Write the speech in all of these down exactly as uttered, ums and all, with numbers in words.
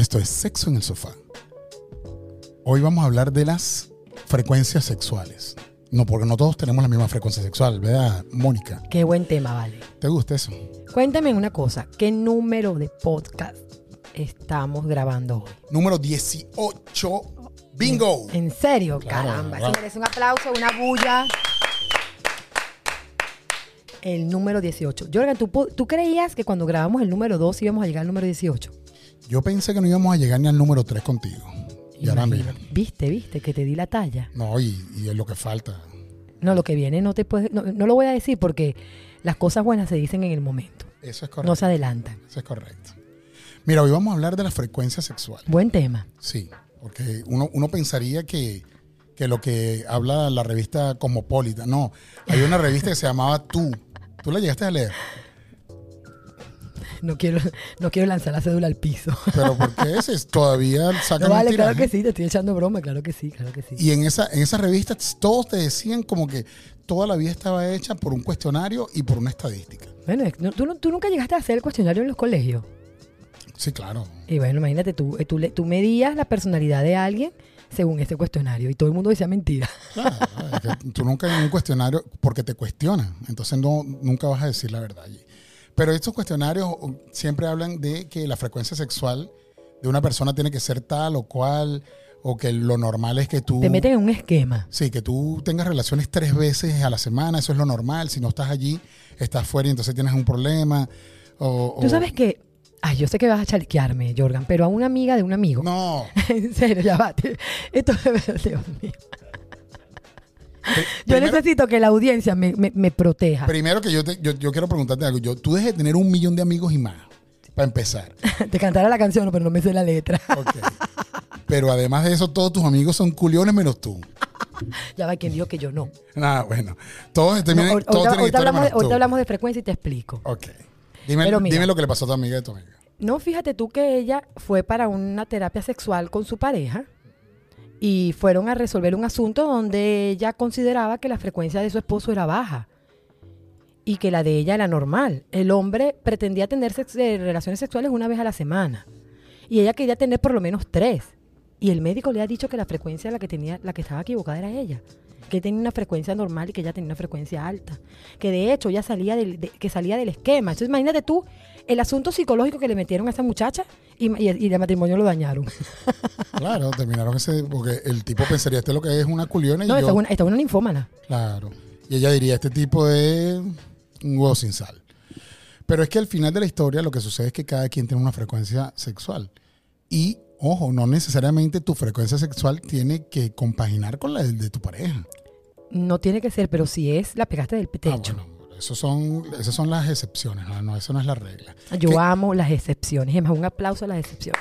Esto es Sexo en el Sofá. Hoy vamos a hablar de las frecuencias sexuales. No, porque no todos tenemos la misma frecuencia sexual, ¿verdad, Mónica? Qué buen tema, vale. ¿Te gusta eso? Cuéntame una cosa, ¿qué número de podcast estamos grabando hoy? Número dieciocho. ¡Bingo! ¿En serio? Claro, Caramba, claro. eso merece un aplauso, una bulla. El número dieciocho. Jorgan, ¿tú, po- ¿tú creías que cuando grabamos el número dos íbamos a llegar al número dieciocho? Yo pensé que no íbamos a llegar ni al número tres contigo. Y ahora mira. ¿Viste, viste? Que te di la talla. No, y, y es lo que falta. No, lo que viene no te puedes, no, no lo voy a decir porque las cosas buenas se dicen en el momento. Eso es correcto. No se adelantan. Eso es correcto. Mira, hoy vamos a hablar de la frecuencia sexual. Buen tema. Sí, porque uno, uno pensaría que, que lo que habla la revista Cosmopolita. No, hay una revista que se llamaba Tú. ¿Tú la llegaste a leer? No quiero, no quiero lanzar la cédula al piso. Pero ¿por qué ese es? Todavía sacan No vale, un claro tiraje. que sí, te estoy echando broma, claro que sí, claro que sí. Y en esa, en esa revista todos te decían como que toda la vida estaba hecha por un cuestionario y por una estadística. Bueno, es- no, tú, no- tú nunca llegaste a hacer el cuestionario en los colegios. Sí, claro. Y bueno, imagínate, tú, eh, tú, le- tú medías la personalidad de alguien según ese cuestionario y todo el mundo decía mentira. Claro, es que tú nunca en un cuestionario, porque te cuestionan, entonces no, nunca vas a decir la verdad allí. Pero estos cuestionarios siempre hablan de que la frecuencia sexual de una persona tiene que ser tal o cual, o que lo normal es que tú... Te meten en un esquema. Sí, que tú tengas relaciones tres veces a la semana, eso es lo normal. Si no estás allí, estás fuera y entonces tienes un problema. O, Tú o- sabes que, ay, yo sé que vas a chalequearme, Jorgan, pero a una amiga de un amigo. No. En serio, ya va. te- Esto es verdad, Dios mío. Pri- Yo primero, necesito que la audiencia me, me- me proteja. primero que yo, te- yo, yo quiero preguntarte algo. Yo, tú dejes de tener un millón de amigos y más, para empezar. Te cantará la canción, pero no me sé la letra. Ok. Pero además de eso, todos tus amigos son culiones menos tú. Ya va, quien dijo que yo no. Nada, bueno. Todos, No, tienen, ahorita, todos tienen ahorita historia hablamos de, menos tú. ahorita hablamos de frecuencia y te explico. Ok. Dime, Pero mira. dime lo que le pasó a tu amiga de tu amiga. No, fíjate tú que ella fue para una terapia sexual con su pareja y fueron a resolver un asunto donde ella consideraba que la frecuencia de su esposo era baja y que la de ella era normal. El hombre pretendía tener sex- eh, relaciones sexuales una vez a la semana y ella quería tener por lo menos tres. Y el médico le ha dicho que la frecuencia la que tenía, la que estaba equivocada era ella, que tenía una frecuencia normal y que ella tenía una frecuencia alta, que de hecho ella salía del, de- que salía del esquema. Entonces imagínate tú el asunto psicológico que le metieron a esa muchacha y, y, y el matrimonio lo dañaron. Claro, terminaron ese... Porque el tipo pensaría, este lo que es una culiona y No, yo... esta es una, esta es una ninfómana. Claro. Y ella diría, este tipo es un huevo sin sal. Pero es que al final de la historia lo que sucede es que cada quien tiene una frecuencia sexual. Y, ojo, no necesariamente tu frecuencia sexual tiene que compaginar con la de, de tu pareja. No tiene que ser, pero si es, la pegaste del Ah, techo. bueno, eso son, esas son las excepciones, no, no, eso no es la regla. Yo ¿Qué, amo las excepciones. Es más, un aplauso a las excepciones.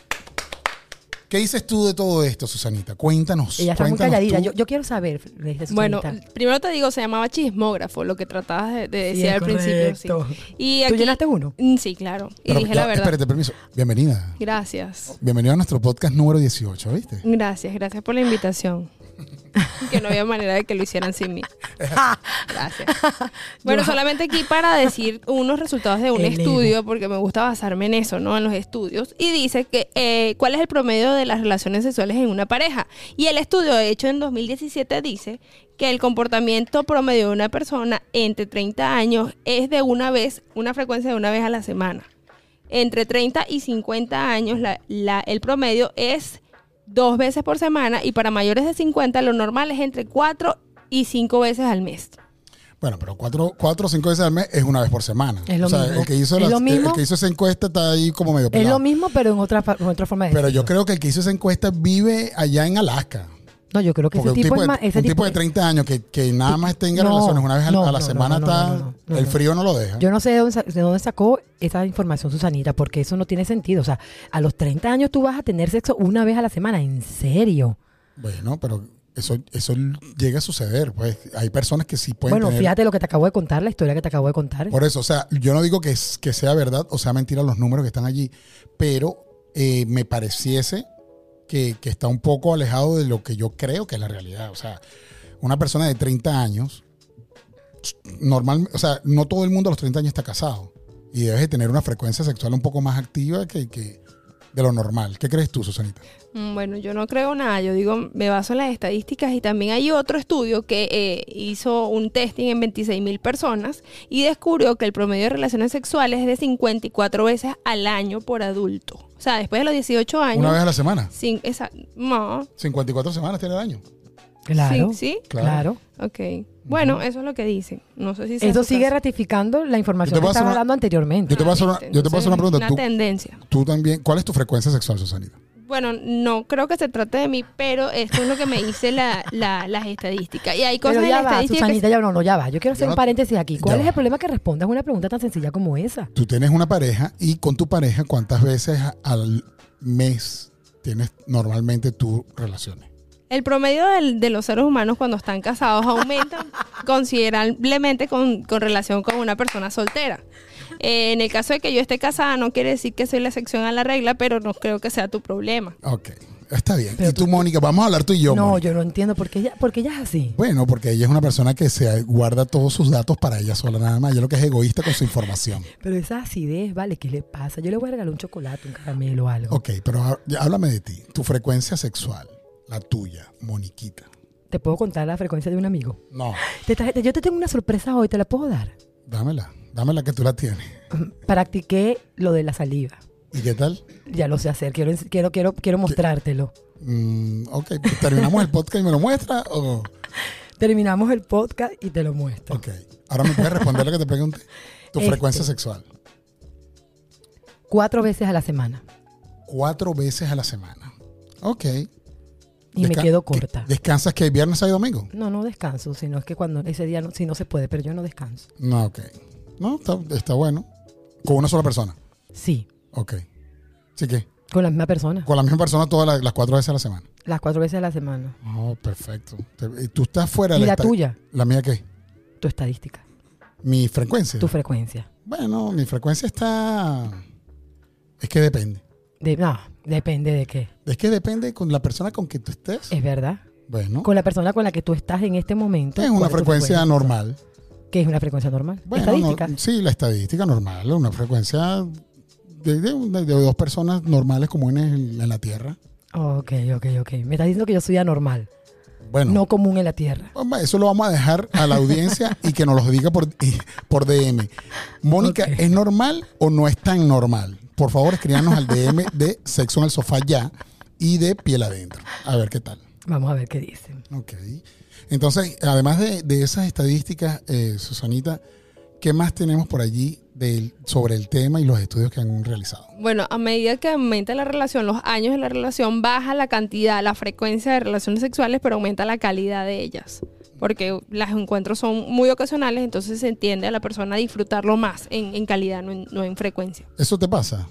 ¿Qué dices tú de todo esto, Susanita? Cuéntanos. Ella está muy cuéntanos calladita. tú. Yo, yo quiero saber, desde Bueno, Susanita. primero te digo, se llamaba chismógrafo, lo que tratabas de, de Sí, decir es al principio. correcto. Sí. Y ¿Tú aquí- llenaste uno? Mm, Sí, claro. Y Pero dije ya, la verdad. Espérate, permiso. Bienvenida. Gracias. Bienvenido a nuestro podcast número dieciocho, ¿viste? Gracias, gracias por la invitación. Que no había manera de que lo hicieran sin mí. Gracias. Bueno, solamente aquí para decir unos resultados de un El ego. estudio, porque me gusta basarme en eso, ¿no? En los estudios. Y dice que eh, cuál es el promedio de las relaciones sexuales en una pareja. Y el estudio hecho en dos mil diecisiete dice que el comportamiento promedio de una persona entre treinta años es de una vez, una frecuencia de una vez a la semana. Entre treinta y cincuenta años la, la, el promedio es dos veces por semana y para mayores de cincuenta lo normal es entre cuatro y cinco veces al mes. Bueno, pero cuatro, cuatro o cinco veces al mes es una vez por semana. Es lo o sea, mismo. El que, hizo Es las- lo el- mismo. el que hizo esa encuesta está ahí como medio Es pelado. lo mismo, pero en otra, fa- en otra forma de Pero yo decirlo. creo que el que hizo esa encuesta vive allá en Alaska. No, yo creo que Porque ese un tipo tipo, es de, más... Ese un tipo tipo de treinta años que, que nada más tenga No, relaciones una vez a, no, a la no, semana no, no, está... no, no, no, el no. frío no lo deja. Yo no sé de dónde, sa- de dónde sacó esa información Susanita, porque eso no tiene sentido. O sea, a los treinta años tú vas a tener sexo una vez a la semana. ¿En serio? Bueno, pero eso, eso llega a suceder. Pues hay personas que sí pueden Bueno, tener... fíjate lo que te acabo de contar, la historia que te acabo de contar. Por eso, o sea, yo no digo que, es- que sea verdad o sea mentira los números que están allí, pero eh, me pareciese que, que está un poco alejado de lo que yo creo que es la realidad. O sea, una persona de treinta años, normal, o sea, no todo el mundo a los treinta años está casado y debes de tener una frecuencia sexual un poco más activa que, que, de lo normal. ¿Qué crees tú, Susanita? Mm, Bueno, yo no creo nada, yo digo, me baso en las estadísticas y también hay otro estudio que eh, hizo un testing en veintiséis mil personas y descubrió que el promedio de relaciones sexuales es de cincuenta y cuatro veces al año por adulto. O sea, después de los dieciocho años... ¿Una vez a la semana? Sin, esa, no. cincuenta y cuatro semanas tiene el año. Claro. Sí, ¿sí? Claro. Ok. Bueno, eso es lo que dicen. No sé si sea Eso su sigue caso. ratificando la información Yo te que voy a hacer estaba una- dando anteriormente. Yo te voy a hacer una, yo te voy a hacer una pregunta. Una ¿Tú, tendencia. tú también, ¿cuál es tu frecuencia sexual, Susanita? Bueno, no creo que se trate de mí, pero esto es lo que me dice la, la, las estadísticas. Y hay cosas Pero en ya las va, estadísticas Susanita, que... ya no, no, ya va. Yo quiero hacer Ya un va. paréntesis aquí. ¿Cuál Ya es va. el problema que respondas una pregunta tan sencilla como esa? Tú tienes una pareja y con tu pareja, ¿cuántas veces al mes tienes normalmente tus relaciones? El promedio del- de los seres humanos cuando están casados aumenta considerablemente con, con relación con una persona soltera. Eh, en el caso de que yo esté casada, no quiere decir que soy la excepción a la regla, pero no creo que sea tu problema. Ok, está bien. Pero y tú, Mónica, vamos a hablar tú y yo, no, Mónica. yo no entiendo por qué ella, por qué ella es así. Bueno, porque ella es una persona que se guarda todos sus datos para ella sola, nada más. Ella lo que es egoísta con su información. Pero esa acidez, ¿vale? ¿Qué le pasa? Yo le voy a regalar un chocolate, un caramelo o algo. Ok, pero há- ya háblame de ti. Tu frecuencia sexual, la tuya, Moniquita. ¿Te puedo contar la frecuencia de un amigo? No, Te traje- yo te tengo una sorpresa hoy, ¿te la puedo dar? dámela. Dámela que tú la tienes. Practiqué lo de la saliva. ¿Y qué tal? Ya lo sé hacer, quiero, ens- quiero, quiero, quiero mostrártelo. Mm, ok, pues terminamos el podcast y me lo muestra o... Terminamos el podcast y te lo muestro. Ok, ahora me puedes responder lo que te pregunte. Tu Este. frecuencia sexual. Cuatro veces a la semana. Cuatro veces a la semana. Ok. Y me Desca- quedo ¿qué- corta. ¿Descansas que viernes, sábado y domingo? No, no descanso, sino es que cuando ese día no, si no se puede, pero yo no descanso. No, ok. No, está, está bueno. Con una sola persona. Sí, Ok. ¿Sí que? con la misma persona. Con la misma persona todas las, las cuatro veces a la semana. Las cuatro veces a la semana. Oh, perfecto. Te- ¿Y tú estás fuera ¿Y de la esta- tuya? ¿La mía qué? Tu estadística, Mi frecuencia. tu frecuencia. Bueno, mi frecuencia está... Es que depende. De, no, depende de qué. Es que depende con la persona con que tú estés. Es verdad. Bueno, Con la persona con la que tú estás en este momento. es ¿cuál una tu frecuencia normal. ¿Qué es una frecuencia normal? Bueno, Estadística. no- sí, la estadística normal. Una frecuencia de, de- de dos personas normales comunes en, en la Tierra. Ok, ok, ok. Me estás diciendo que yo soy anormal, Bueno, no común en la Tierra. hombre, eso lo vamos a dejar a la audiencia y que nos lo diga por, y- por D M. Mónica, Ok. ¿es normal o no es tan normal? Por favor, escríbanos al D M de Sexo en el Sofá Ya y de Piel Adentro. A ver qué tal. Vamos a ver qué dicen. Ok. Entonces, además de, de esas estadísticas, eh, Susanita, ¿qué más tenemos por allí del- sobre el tema y los estudios que han realizado? Bueno, a medida que aumenta la relación, los años de la relación, baja la cantidad, la frecuencia de relaciones sexuales, pero aumenta la calidad de ellas. Porque los encuentros son muy ocasionales, entonces se entiende a la persona a disfrutarlo más en, en calidad, no en, no en frecuencia. ¿Eso te pasa?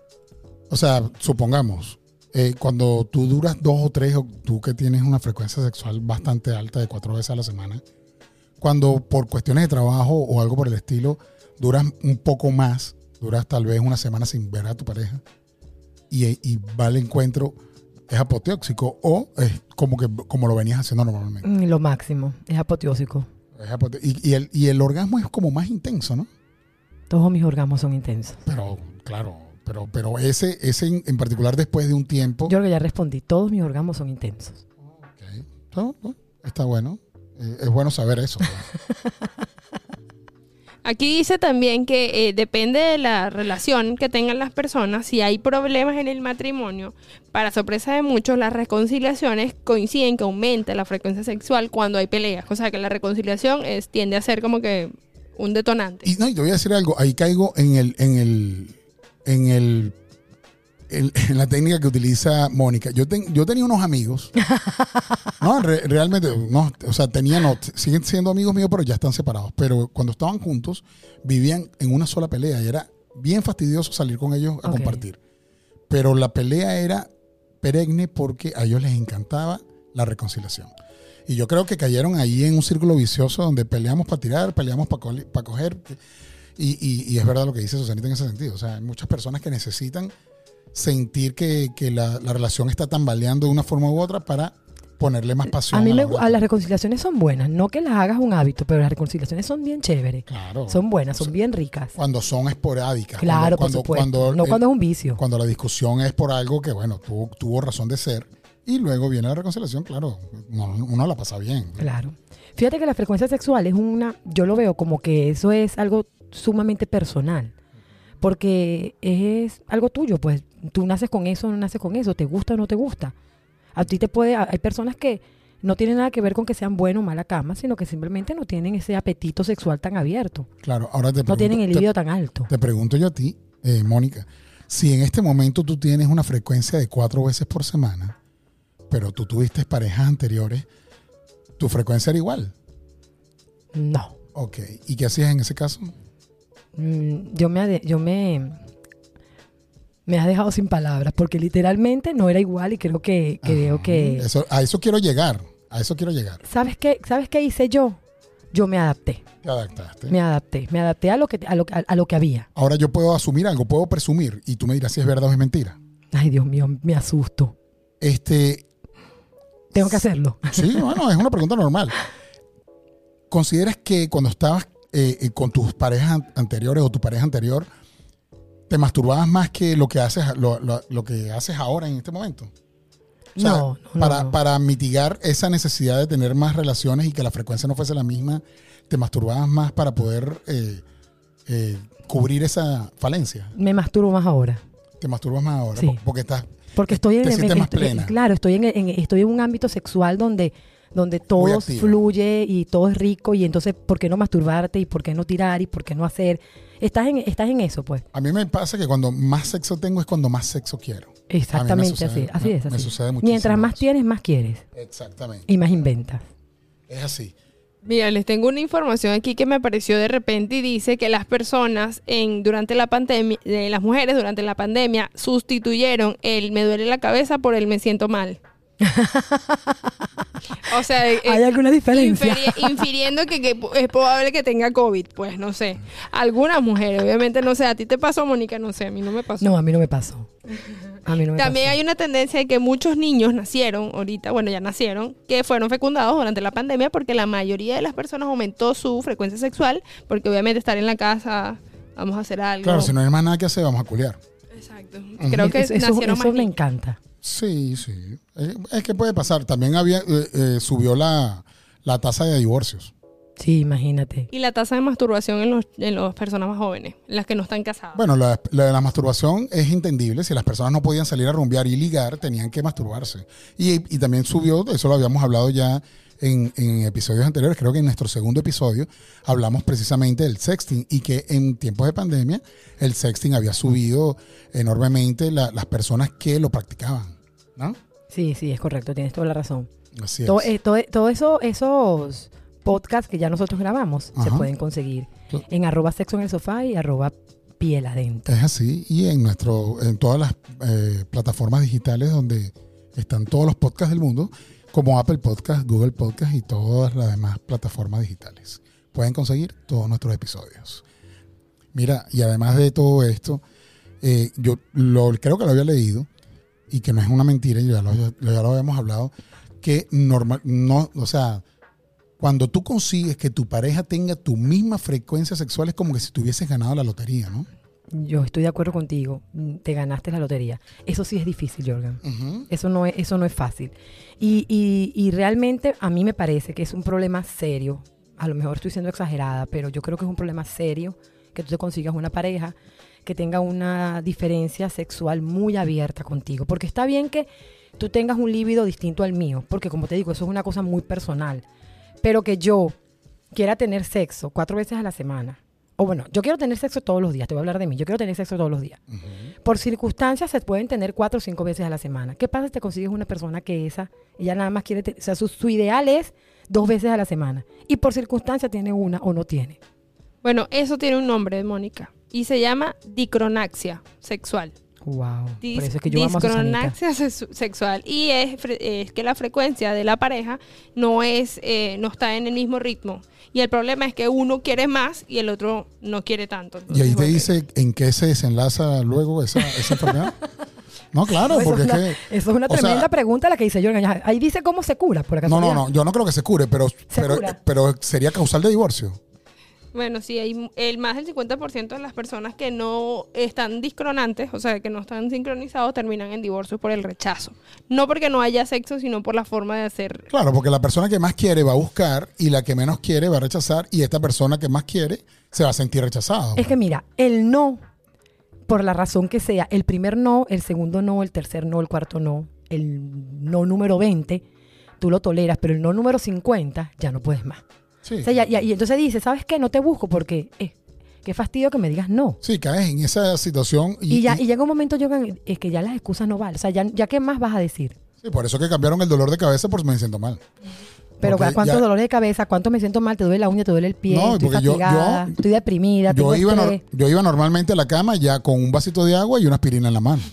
O sea, supongamos, eh, cuando tú duras dos o tres, o tú que tienes una frecuencia sexual bastante alta de cuatro veces a la semana, cuando por cuestiones de trabajo o algo por el estilo, duras un poco más, duras tal vez una semana sin ver a tu pareja y, y va al encuentro, ¿es apoteóxico o es como que como lo venías haciendo normalmente? Mm, Lo máximo, es apoteósico. Es apote- y, y el, y el orgasmo es como más intenso, ¿no? Todos mis orgasmos son intensos. Pero, claro, pero, pero ese, ese en, en particular después de un tiempo... Yo creo que ya respondí, todos mis orgasmos son intensos. Ok. No, no, está bueno. Eh, es bueno saber eso. ¿verdad? Aquí dice también que eh, depende de la relación que tengan las personas, si hay problemas en el matrimonio, para sorpresa de muchos, las reconciliaciones coinciden que aumenta la frecuencia sexual cuando hay peleas. O sea que la reconciliación es, tiende a ser como que un detonante. Y no, y te voy a decir algo. Ahí caigo en el, en el, en el, en, en la técnica que utiliza Mónica. Yo, ten- yo tenía unos amigos. No, re- realmente, no, o sea, tenían, no, siguen siendo amigos míos, pero ya están separados. Pero cuando estaban juntos, vivían en una sola pelea y era bien fastidioso salir con ellos a Ok. compartir. Pero la pelea era perenne porque a ellos les encantaba la reconciliación. Y yo creo que cayeron ahí en un círculo vicioso donde peleamos para tirar, peleamos para coger. Y, y, y es verdad lo que dice Susanita en ese sentido. O sea, hay muchas personas que necesitan sentir que, que la, la relación está tambaleando de una forma u otra para ponerle más pasión. A mí a me, la hora a de- las reconciliaciones son buenas, no que las hagas un hábito, pero las reconciliaciones son bien chéveres. Claro. Son buenas, son O sea, bien ricas. Cuando son esporádicas. Claro, cuando, por supuesto. Cuando, no el- cuando es un vicio. cuando la discusión es por algo que, bueno, tuvo, tuvo razón de ser y luego viene la reconciliación, claro, uno, uno la pasa bien. Claro. Fíjate que la frecuencia sexual es una, yo lo veo como que eso es algo sumamente personal, porque es algo tuyo, pues tú naces con eso o no naces con eso, te gusta o no te gusta. A ti te puede, hay personas que no tienen nada que ver con que sean buenos o mala cama, sino que simplemente no tienen ese apetito sexual tan abierto, Claro, ahora te no pregunto, tienen el te- libido tan alto. Te pregunto yo a ti, eh, Mónica, si en este momento tú tienes una frecuencia de cuatro veces por semana, pero tú tuviste parejas anteriores, ¿tu frecuencia era igual? No. Ok. ¿Y qué hacías en ese caso? Mm, yo me, ade- yo me, me has dejado sin palabras, porque literalmente no era igual y creo que, creo Ajá. que, Eso, a eso quiero llegar. A eso quiero llegar. ¿sabes qué? ¿Sabes qué hice yo? Yo me adapté, Te adaptaste. me adapté, me adapté a lo que, a lo, a, a lo que había. Ahora yo puedo asumir algo, puedo presumir, y tú me dirás si es verdad o es mentira. Ay, Dios mío, me asusto. Este, Tengo que hacerlo. sí, bueno, es una pregunta normal. ¿Consideras que cuando estabas eh, eh, con tus parejas an- anteriores o tu pareja anterior, te masturbabas más que lo que haces, lo, lo- lo que haces ahora en este momento? O sea, no, no, para, no. para mitigar esa necesidad de tener más relaciones y que la frecuencia no fuese la misma, ¿te masturbabas más para poder eh, eh, cubrir esa falencia? Me masturbo más ahora. ¿Te masturbas más ahora? Sí. Po- Porque estás... Porque estoy en, Te en- sientes más estoy- plena. claro, estoy en, en- estoy en un ámbito sexual donde, donde todo activa. fluye y todo es rico, y entonces ¿por qué no masturbarte y por qué no tirar y por qué no hacer? Estás en, estás en eso, pues. A mí me pasa que cuando más sexo tengo es cuando más sexo quiero. Exactamente sucede, así, así me- es. me Así. sucede muchísimo Mientras más eso. tienes, más quieres Exactamente. y más inventas. Es así. Mira, les tengo una información aquí que me apareció de repente y dice que las personas en durante la pandemia, eh, las mujeres durante la pandemia sustituyeron el me duele la cabeza por el me siento mal. O sea, eh, ¿Hay alguna diferencia? inferi- infiriendo que, que es probable que tenga COVID, pues no sé. Algunas mujeres, obviamente no sé, a ti te pasó, Mónica, no sé, a mí no me pasó. No, a mí no me pasó. A mí no me También pasó. hay una tendencia de que muchos niños nacieron ahorita, bueno, ya nacieron, que fueron fecundados durante la pandemia porque la mayoría de las personas aumentó su frecuencia sexual, porque obviamente estar en la casa, vamos a hacer algo. Claro, si no hay más nada que hacer, vamos a culiar. Exacto. Creo que eso, eso- nacieron eso más me niños. encanta. Sí, sí. Es, es que puede pasar. También había eh, eh, subió la, la tasa de divorcios. Sí, imagínate. Y la tasa de masturbación en los en las personas más jóvenes, las que no están casadas. Bueno, la, la de la masturbación es entendible. Si las personas no podían salir a rumbear y ligar, tenían que masturbarse. Y, y también subió, eso lo habíamos hablado ya en, en episodios anteriores, creo que en nuestro segundo episodio hablamos precisamente del sexting y que en tiempos de pandemia el sexting había subido enormemente la- las personas que lo practicaban, ¿no? Sí, sí, es correcto, tienes toda la razón. Así es. Todo, eh, todo, todo eso, esos podcasts que ya nosotros grabamos se Ajá. pueden conseguir Claro. en arroba sexo en el sofá y arroba piel adentro. Es así, y en nuestro, en todas las eh, plataformas digitales donde están todos los podcasts del mundo, como Apple Podcast, Google Podcast y todas las demás plataformas digitales. Pueden conseguir todos nuestros episodios. Mira, y además de todo esto, eh, yo lo, creo que lo había leído, y que no es una mentira, y ya lo, ya lo habíamos hablado, que normal, no, o sea, cuando tú consigues que tu pareja tenga tu misma frecuencia sexual, es como que si tuvieses ganado la lotería, ¿no? Yo estoy de acuerdo contigo, te ganaste la lotería. Eso sí es difícil, Jorgan. Ujú. Eso no es, eso no es fácil. Y, y, y realmente a mí me parece que es un problema serio. A lo mejor estoy siendo exagerada, pero yo creo que es un problema serio que tú te consigas una pareja que tenga una diferencia sexual muy abierta contigo. Porque está bien que tú tengas un líbido distinto al mío, porque como te digo, eso es una cosa muy personal. Pero que yo quiera tener sexo cuatro veces a la semana, o bueno, yo quiero tener sexo todos los días, te voy a hablar de mí, yo quiero tener sexo todos los días. Ujú. Por circunstancias se pueden tener cuatro o cinco veces a la semana. ¿Qué pasa si te consigues una persona que esa, ella nada más quiere, te- o sea, su, su ideal es dos veces a la semana, y por circunstancia tiene una o no tiene? Bueno, eso tiene un nombre, Mónica, y se llama dicronaxia sexual. Wow. Dis- Por eso es que yo amo a Susanita. discronaxia sexu- sexual, y es, fre- es que la frecuencia de la pareja no es eh, no está en el mismo ritmo, y el problema es que uno quiere más y el otro no quiere tanto. Y ahí Entonces, te bueno, dice en qué se desenlaza luego esa, esa enfermedad. No, claro, Eso porque es es una, que... eso es una o sea, tremenda pregunta la que dice Jorge. Ahí dice cómo se cura, por acaso. No, no, no, yo no creo que se cure, pero, pero, cura? pero sería causal de divorcio. Bueno, sí, hay el más del cincuenta por ciento de las personas que no están discronantes, o sea, que no están sincronizados, terminan en divorcio por el rechazo. No porque no haya sexo, sino por la forma de hacer. Claro, porque la persona que más quiere va a buscar y la que menos quiere va a rechazar y esta persona que más quiere se va a sentir rechazada. Es que mira, el no, por la razón que sea, el primer no, el segundo no, el tercer no, el cuarto no, el no número veinte, tú lo toleras, pero el no número cincuenta ya no puedes más. Sí. O sea, ya, ya, y entonces dice, ¿sabes qué? No te busco porque eh, qué fastidio que me digas no. Sí, caes en esa situación. Y, Y, ya, y- y llega un momento, Jogan, es que ya las excusas no valen. O sea, ya, ya qué más vas a decir. sí, por eso que cambiaron el dolor de cabeza por me siento mal. Pero Porque ¿cuántos ya- dolores de cabeza? ¿Cuánto me siento mal? ¿Te duele la uña? ¿Te duele el pie? No, estoy porque yo- fatigada, yo- estoy deprimida, Yo tengo iba, estrés. nor- yo iba normalmente a la cama ya con un vasito de agua y una aspirina en la mano.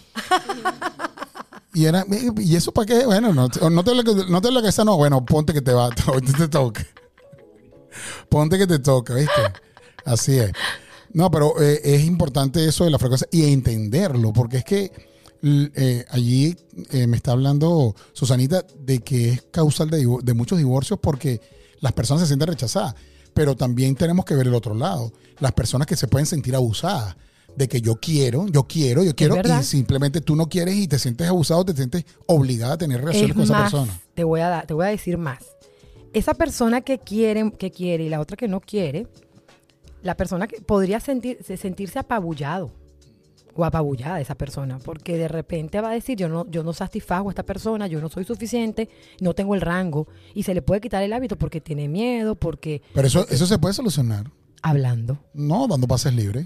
Y era, ¿y eso para qué? Bueno, no, no te duele no te duele la cabeza, no. Bueno, ponte que te va, hoy te toca. Ponte que te toca, ¿viste? Así es. No, pero eh, es importante eso de la frecuencia y entenderlo, porque es que l- eh, allí eh, me está hablando Susanita de que es causal de, divo- de muchos divorcios porque las personas se sienten rechazadas, pero también tenemos que ver el otro lado, las personas que se pueden sentir abusadas, de que yo quiero, yo quiero, yo quiero, verdad. y simplemente tú no quieres y te sientes abusado, te sientes obligada a tener relaciones Es con esa más, persona. Te voy a dar, te voy a decir más. Esa persona que quiere, que quiere y la otra que no quiere, la persona que podría sentir, sentirse apabullado o apabullada esa persona, porque de repente va a decir, yo no, yo no satisfago a esta persona, yo no soy suficiente, no tengo el rango, y se le puede quitar el hábito porque tiene miedo, porque Pero eso, eso se puede solucionar, hablando. no dando pases libres.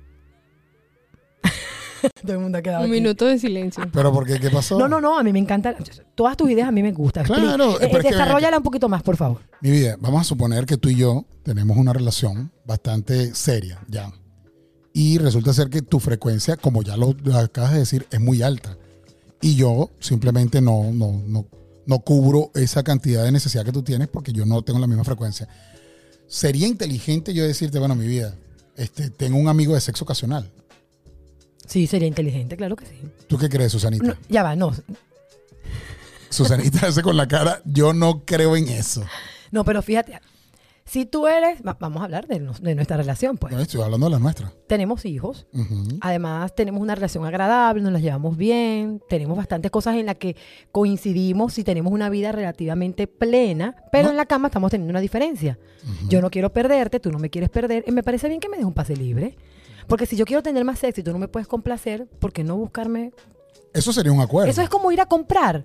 Todo el mundo ha quedado Un aquí. minuto de silencio. Pero porque, ¿qué pasó? No, no, no, a mí me encantan. Todas tus ideas a mí me gustan. Claro, Eh, pero es que- desarróllala un poquito más, por favor. Mi vida, vamos a suponer que tú y yo tenemos una relación bastante seria ya. Y resulta ser que tu frecuencia, como ya lo, lo acabas de decir, es muy alta. Y yo simplemente no, no, no, no cubro esa cantidad de necesidad que tú tienes porque yo no tengo la misma frecuencia. Sería inteligente yo decirte, bueno, mi vida, este, tengo un amigo de sexo ocasional. Sí, sería inteligente, claro que sí. ¿Tú qué crees, Susanita? No, ya va, no. Susanita hace con la cara, yo no creo en eso. No, pero fíjate, si tú eres, va- vamos a hablar de, nos- de nuestra relación, pues. No, estoy hablando de la nuestra. Tenemos hijos, Ujú. además tenemos una relación agradable, nos la llevamos bien, tenemos bastantes cosas en las que coincidimos y tenemos una vida relativamente plena, pero No. en la cama estamos teniendo una diferencia. Yo no quiero perderte, tú no me quieres perder, y me parece bien que me des un pase libre. Porque si yo quiero tener más sexo y tú no me puedes complacer, ¿por qué no buscarme? Eso sería un acuerdo. Eso es como ir a comprar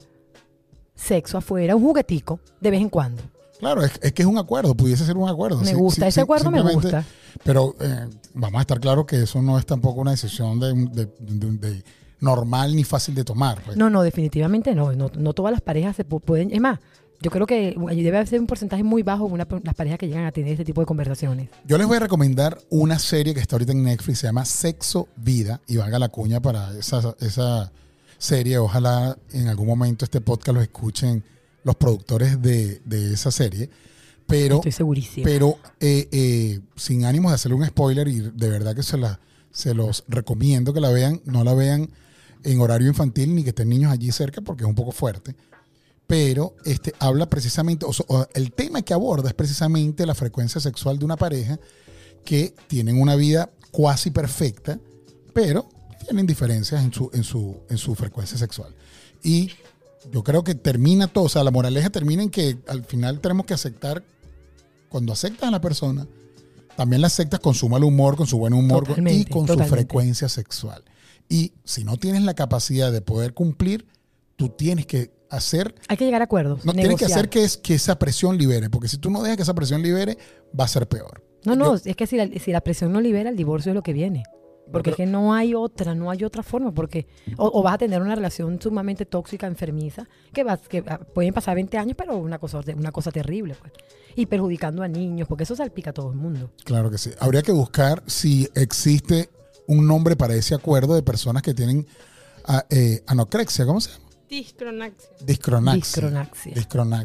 sexo afuera, un juguetico, de vez en cuando. Claro, es, es que es un acuerdo, pudiese ser un acuerdo. Me Sí, gusta, sí, ese sí, acuerdo me simplemente- gusta. Pero eh, vamos a estar claros que eso no es tampoco una decisión de, de- de- de normal ni fácil de tomar. Pues. No, no, definitivamente no. No, no todas las parejas se pu- pueden. Es más, yo creo que debe ser un porcentaje muy bajo una, las parejas que llegan a tener este tipo de conversaciones. Yo les voy a recomendar una serie que está ahorita en Netflix, se llama Sexo Vida, y valga la cuña para esa, esa serie. Ojalá en algún momento este podcast lo escuchen los productores de, de esa serie. Pero, Estoy segurísima. pero eh, eh, sin ánimos de hacerle un spoiler, y de verdad que se, la, se los recomiendo que la vean, no la vean en horario infantil ni que estén niños allí cerca porque es un poco fuerte. Pero este, habla precisamente, o, o el tema que aborda es precisamente la frecuencia sexual de una pareja que tienen una vida cuasi perfecta, pero tienen diferencias en su, en su, en su frecuencia sexual. Y yo creo que termina todo, o sea, la moraleja termina en que al final tenemos que aceptar, cuando aceptas a la persona, también la aceptas con su mal humor, con su buen humor con- y Totalmente, con su totalmente. frecuencia sexual. Y si no tienes la capacidad de poder cumplir, tú tienes que hacer, Hay que llegar a acuerdos. no tienes que negociar. hacer que, es, que esa presión libere, porque si tú no dejas que esa presión libere, va a ser peor. No, no, Yo- es que si la, si la presión no libera, el divorcio es lo que viene. Porque pero- es que no hay otra, no hay otra forma. Porque o, o vas a tener una relación sumamente tóxica, enfermiza, que, vas, que ah, pueden pasar veinte años, pero una cosa, una cosa terrible, pues. Y perjudicando a niños, porque eso salpica a todo el mundo. Claro que sí. Habría que buscar si existe un nombre para ese acuerdo de personas que tienen ah, eh, anorexia, ¿cómo se llama? Discronaxia. Discronaxia. Discronaxia. Discronaxia.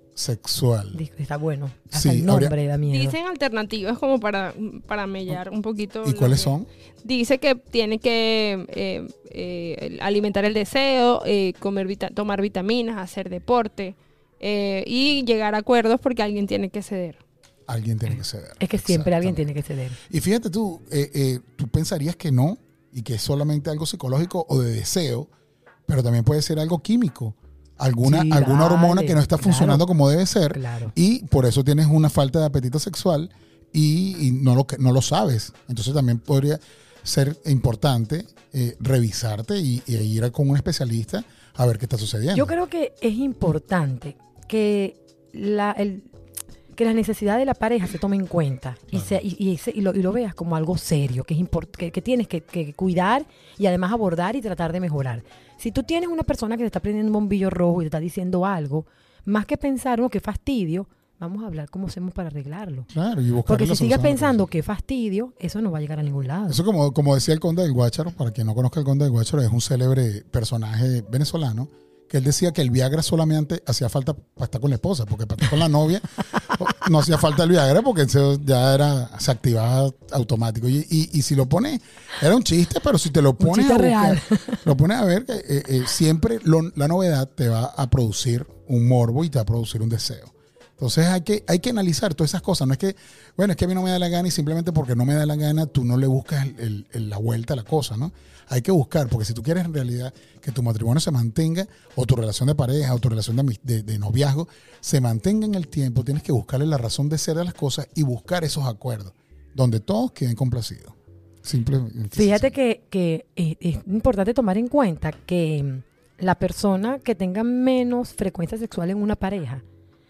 sexual. Dice, está bueno. Hasta Sí, el nombre habría- da miedo. Dicen alternativas como para, para mellar un poquito. ¿Y lo cuáles que- son? Dice que tiene que eh, eh, alimentar el deseo, eh, comer vita- tomar vitaminas, hacer deporte eh, y llegar a acuerdos porque alguien tiene que ceder. Alguien tiene que ceder. Es que siempre alguien Exactamente. tiene que ceder. Y fíjate tú, eh, eh, tú pensarías que no, y que es solamente algo psicológico o de deseo, pero también puede ser algo químico. Alguna, Sí, alguna vale, hormona que no está funcionando claro. como debe ser, Claro. y por eso tienes una falta de apetito sexual y, y no, lo, que- no lo sabes. Entonces también podría ser importante eh, revisarte y, y ir a- con un especialista a ver qué está sucediendo. Yo creo que es importante que la, el, que la necesidad de la pareja se tome en cuenta y, Claro. se- y, y se- y lo, y lo veas como algo serio, que, es import- que, que tienes que, que cuidar y además abordar y tratar de mejorar. Si tú tienes una persona que te está prendiendo un bombillo rojo y te está diciendo algo, más que pensar, oh, qué fastidio, vamos a hablar cómo hacemos para arreglarlo. Claro, y buscar Porque la si sigues solución a la pensando cosa. qué fastidio, eso no va a llegar a ningún lado. Eso como, como decía el Conde del Guácharo, para quien no conozca el Conde del Guácharo, es un célebre personaje venezolano, que él decía que el Viagra solamente hacía falta para estar con la esposa, porque para estar con la novia no hacía falta el Viagra porque eso ya era, se activaba automático. Y, y, y si lo pones, era un chiste, pero si te lo pones chiste a buscar, real. lo pones a ver, que eh, eh, siempre lo- la novedad te va a producir un morbo y te va a producir un deseo. Entonces hay que, hay que analizar todas esas cosas. No es que, bueno, es que a mí no me da la gana y simplemente porque no me da la gana tú no le buscas el- el- el- la vuelta a la cosa, ¿no? Hay que buscar, porque si tú quieres en realidad que tu matrimonio se mantenga, o tu relación de pareja, o tu relación de, amis- de, de noviazgo, se mantenga en el tiempo, tienes que buscarle la razón de ser de las cosas y buscar esos acuerdos, donde todos queden complacidos. Simple, Fíjate que, que es, es importante tomar en cuenta que mm, la persona que tenga menos frecuencia sexual en una pareja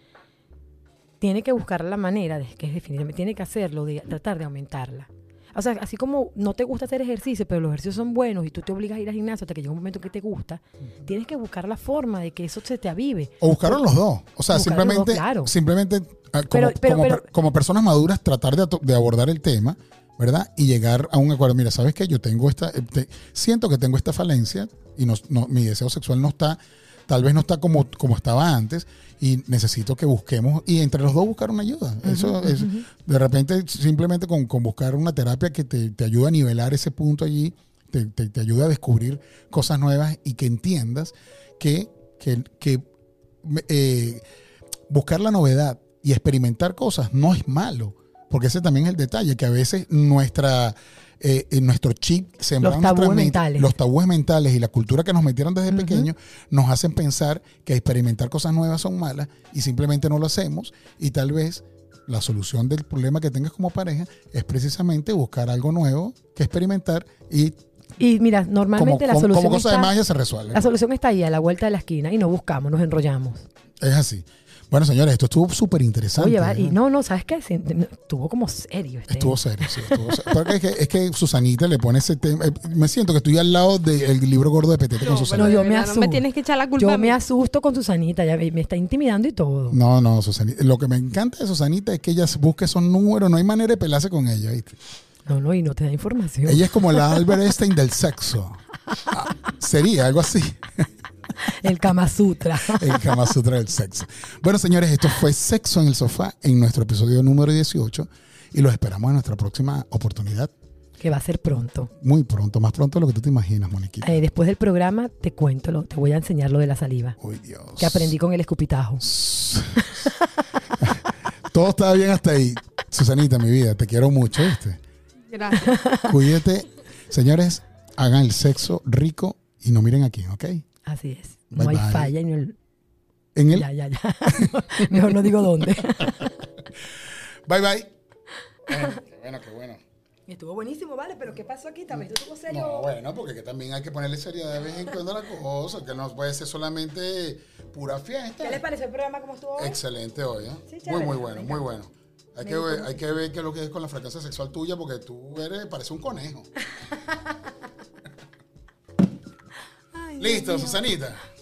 tiene que buscar la manera, de, que es definitivamente tiene que hacerlo, de tratar de aumentarla. O sea, así como no te gusta hacer ejercicio, pero los ejercicios son buenos y tú te obligas a ir al gimnasio hasta que llega un momento que te gusta, tienes que buscar la forma de que eso se te avive. O buscaron los dos. O sea, Buscaron los simplemente, dos, claro. simplemente ah, como, Pero- pero- como, pero- per- como personas maduras, tratar de, ato- de abordar el tema, ¿verdad? Y llegar a un acuerdo. Mira, ¿sabes qué? Yo tengo esta, eh, te- siento que tengo esta falencia y no, no- mi deseo sexual no está, tal vez no está como, como estaba antes y necesito que busquemos y entre los dos buscar una ayuda. Eso es, de repente, simplemente con, con buscar una terapia que te, te ayuda a nivelar ese punto allí, te, te, te ayuda a descubrir cosas nuevas y que entiendas que, que, que eh, buscar la novedad y experimentar cosas no es malo, porque ese también es el detalle, que a veces nuestra, eh, en nuestro chip sembrado en Los nuestra tabúes mente, mentales. los tabúes mentales y la cultura que nos metieron desde Ujú. pequeños nos hacen pensar que experimentar cosas nuevas son malas y simplemente no lo hacemos, y tal vez la solución del problema que tengas como pareja es precisamente buscar algo nuevo que experimentar y Y mira, como, normalmente la como- solución como cosa de está, magia se resuelve. la solución está ahí a la vuelta de la esquina y no buscamos, nos enrollamos. Es así. Bueno, señores, esto estuvo súper interesante. Oye, va, y ¿eh? no, no, ¿sabes qué? Se- Estuvo como serio. Este. Estuvo serio, sí, estuvo serio. Porque es que, es que Susanita le pone ese tema. eh, Me siento que estoy al lado del libro gordo de Petete con No, Susanita. pero yo de me verdad, no me asusto. tienes que echar la culpa a Yo mí. me asusto con Susanita, ya me, me está intimidando y todo. No, no, Susanita. Lo que me encanta de Susanita es que ella busca esos números. No hay manera de pelarse con ella, ¿viste? No, no, y no te da información. Ella es como la Albert Einstein del sexo. Ah, sería algo así. El Kama Sutra. El Kama Sutra del sexo. Bueno, señores, esto fue Sexo en el Sofá en nuestro episodio número dieciocho y los esperamos en nuestra próxima oportunidad. Que va a ser pronto. Muy pronto, más pronto de lo que tú te imaginas, Moniquita. Eh, después del programa te cuento, lo, te voy a enseñar lo de la saliva. Uy, Dios. Que aprendí con el escupitajo. Todo estaba bien hasta ahí. Susanita, mi vida, te quiero mucho, ¿viste? Gracias. Cuídate. Señores, hagan el sexo rico y no miren aquí, ¿ok? Así es. Bye, No hay bye. falla en el... En el... Ya, ya, ya. Mejor no digo dónde. Bye, bye. Bueno, qué bueno, qué bueno. Estuvo buenísimo, vale, pero ¿qué pasó aquí? También estuvo serio. No, bueno, porque que también hay que ponerle seriedad de vez en cuando a la cosa, que no puede ser solamente pura fiesta. ¿Qué les pareció el programa como estuvo hoy? Excelente hoy, ¿eh? Sí, muy, chévere. muy bueno, Me muy encanta. bueno. Hay Me que, gustó ver, mucho. hay que ver qué es lo que es con la frecuencia sexual tuya, porque tú eres, parece un conejo. Ay, Dios Listo, mío. Susanita.